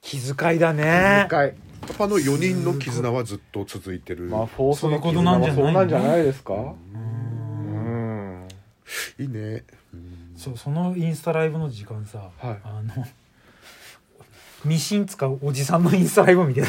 気遣いだね。 気遣い。 パパの4人の絆はずっと続いてる。 まあフォースの絆はそうなんじゃないですか。 いいね。 そのインスタライブの時間さ、 はい、 ミシン使うおじさんのインスタライブ見てた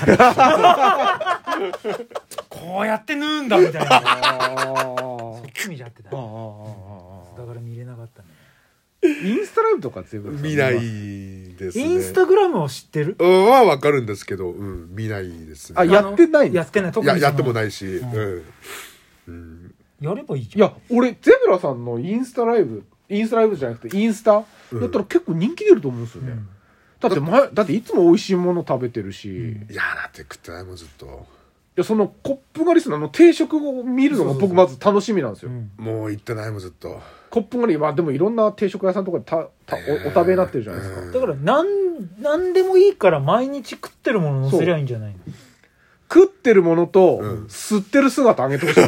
こうやって縫うんだみたいなそっち見ちゃってた、だから見れなかったね。 インスタライブとか全部見ないですね。 インスタグラムを知ってるは分かるんですけど、見ないですね。 あ、やってないんですか。 やってない。特にやってもないし、 やればいいじゃん。 いや、俺ゼブラさんのインスタライブじゃなくてインスタやったら結構人気出ると思うんですよね、だっていつも美味しいもの食べてるし、 いやだって食ってないもんずっと。 いや、そのコップ狩りスの定食を見るのが僕まず楽しみなんですよ。 もう行ってないもんずっと。 コップ狩り、まあでもいろんな定食屋さんとかでお食べになってるじゃないですか。 だからなんでもいいから毎日食ってるもの載せりゃいいんじゃないの。 食ってるものと、吸ってる姿あげてほしい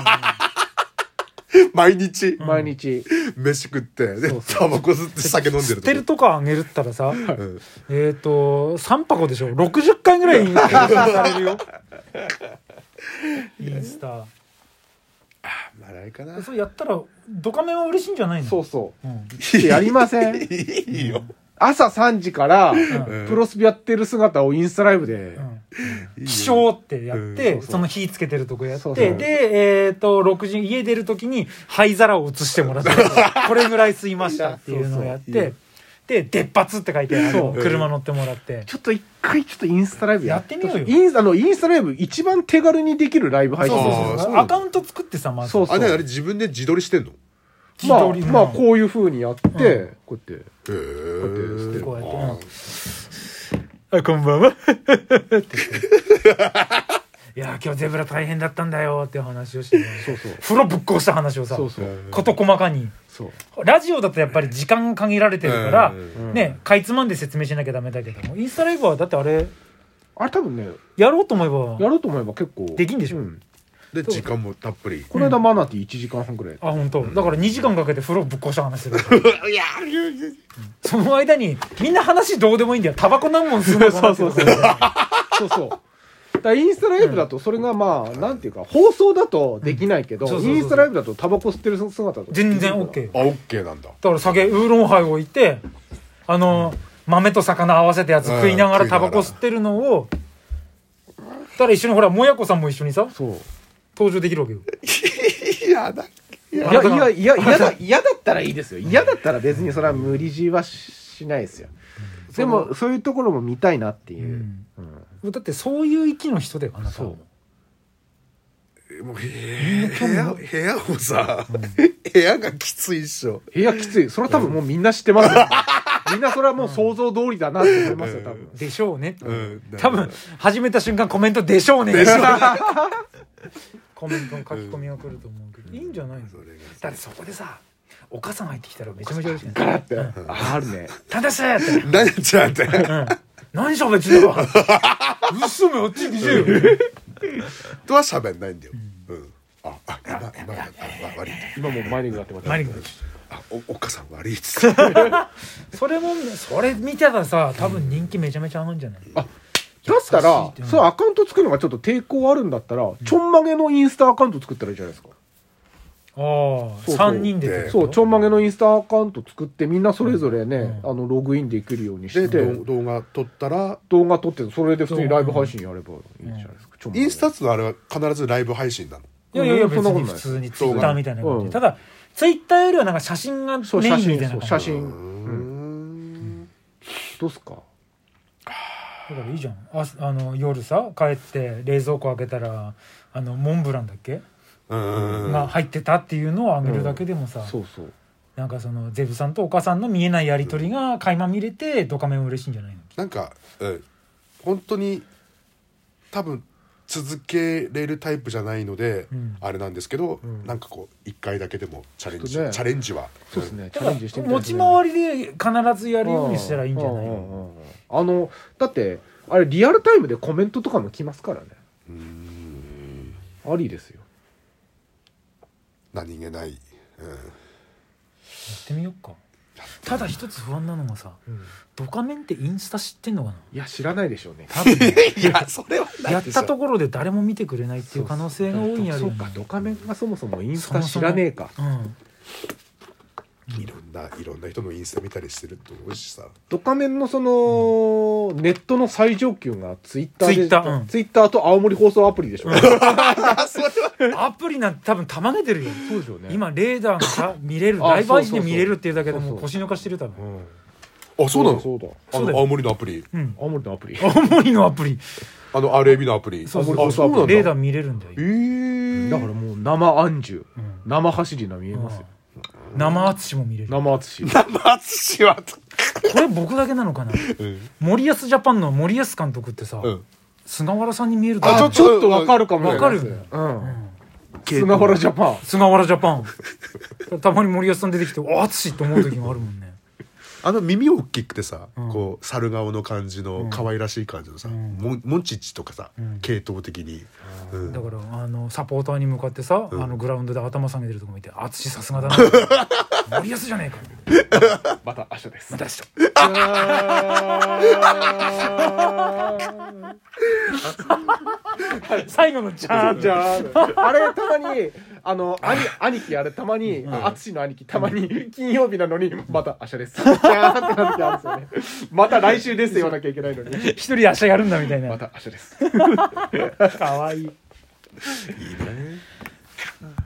毎日飯食ってでタバコ吸って酒飲んでる吸ってるとかあげるったらさ、3箱でしょ。60回ぐらい更新されるよインスタ。 まだいかな。 そうやったらドカメンは嬉しいんじゃないの。 そう、やりませんいいよ。 朝3時からプロスピやってる姿をインスタライブで起床ってやって、その火つけてるとこやって、で6時家出る時に灰皿を移してもらってこれぐらい吸いましたっていうのをやってで出発って書いて車乗ってもらって、 ちょっと一回インスタライブやってみようよ。 インスタライブ一番手軽にできるライブ配信。 そうアカウント作ってさ、まずあれ自分で自撮りしてんの。 まあこういう風にやって、こうやってあ、こんばんは。いや今日ゼブラ大変だったんだよっていう話をして、風呂ぶっ壊した話をさ、事細かに。ラジオだとやっぱり時間限られてるからね、かいつまんで説明しなきゃダメだけども、インスタライブはだってあれ多分ね、 やろうと思えば結構できんでしょ。 で時間もたっぷり。 この間マナティ1時間半くらい。 あ、本当。だから2時間かけて風呂ぶっ壊した話する。その間にみんな話どうでもいいんだよ。タバコ何本吸うのかなって。 そうだからインスタライブだとそれがまあなんていうか、放送だとできないけど、インスタライブだとタバコ吸ってる姿と全然 OK。 あ、 OK なんだ。 だからウーロンハイを置いて豆と魚合わせたやつ食いながらタバコ吸ってるのを、だから一緒にほらもやこさんも一緒にさ登場できるわけよ。 嫌だ。 嫌だったらいいですよ。嫌だったら別にそれは無理強いはしないですよ。でもそういうところも見たいなっていう、 だってそういう域の人だよ、あなたは。 もう部屋もさ、部屋がきついっしょ。 部屋きつい。それは多分もうみんな知ってますよ。みんなそれはもう想像通りだなって思いますよ、多分。 でしょうね。多分始めた瞬間コメントでしょうね。コメントの書き込みが来ると思うけど、いいんじゃないの。だってそこでさ、お母さん入ってきたらめちゃめちゃ嬉しいね。 ガラって、あるね。 ただしって。 何ちゃって。 何喋ってんの。嘘め、あっちにしてよ。 とは喋んないんだよ。 今もうマイニングやってます。 お母さん悪いっつって。 それ見てたらさ、多分人気めちゃめちゃ上がるんじゃない。 だったら、そうアカウント作るのがちょっと抵抗あるんだったら、ちょんまげのインスタアカウント作ったらいいじゃないですか。 ああ、3人で。 そう、ちょんまげのインスタアカウント作って、みんなそれぞれね、ログインできるようにして。 動画撮ってそれで普通にライブ配信やればいいじゃないですか。 インスタってのはあれは必ずライブ配信なの？ いや別に普通にツイッターみたいな感じで。ただ、ツイッターよりはなんか写真がメインみたいな感じ。 写真。どうすか？ だからいいじゃん。夜さ帰って冷蔵庫開けたらモンブランだっけが入ってたっていうのをあげるだけでもさ、なんかそのゼブさんとお母さんの見えないやり取りが垣間見れてドカメン嬉しいんじゃないの。 なんか本当に多分続けれるタイプじゃないので、あれなんですけど、なんかこう1回だけでもチャレンジはそうですね。チャレンジしてみたいですね。 持ち回りで必ずやるようにしたらいいんじゃないの。 だってあれリアルタイムでコメントとかも来ますからね。ありですよ。 何気ない、 やってみようか。 ただ一つ不安なのがさ、ドカメンってインスタ知ってんのかな。 いや知らないでしょうね多分ねいやそれはないやったところで誰も見てくれないっていう可能性が大いにあるよね。 そうかドカメンがそもそもインスタ知らねえか。 いろんな人のインスタ見たりしてると思うしさ。 ドカメンのそのネットの最上級がツイッターで、ツイッターと青森放送アプリでしょ。 アプリなんて多分たまげてるよ。 そうですよね。 今レーダーがさ見れる、ライブ配信で見れるっていうだけでもう腰抜かしてる多分。 あ、そうなの。 そうだ。 青森のアプリ。 青森のアプリ。 青森のアプリ。 RAB のアプリ。 そうそうそう。レーダー見れるんだよ。 だからもう生アンジュ、生走りが見えますよ。 生淳も見れる。 生淳はこれ僕だけなのかな。森保ジャパンの森保監督ってさ、菅原さんに見える。 ちょっとわかるかも。 わかる。 菅原ジャパン。 菅原ジャパン。たまに森保さん出てきて、あ淳と思う時もあるもんね。 耳大きくてさ、こう猿顔の感じの可愛らしい感じのさ、モンチッチとかさ、系統的に、 だからサポーターに向かってさ、グラウンドで頭下げてるとこ見て、淳さすがだな森保じゃねえか。また明日です。 また明日。最後のジャーンじゃーあれたまに兄貴あれたまに淳の兄貴たまに金曜日なのにまた明日ですじゃーってなる時あるんですよね。また来週ですよなきゃいけないのに一人で明日やるんだみたいな。 また明日です。 かわいい。いいね。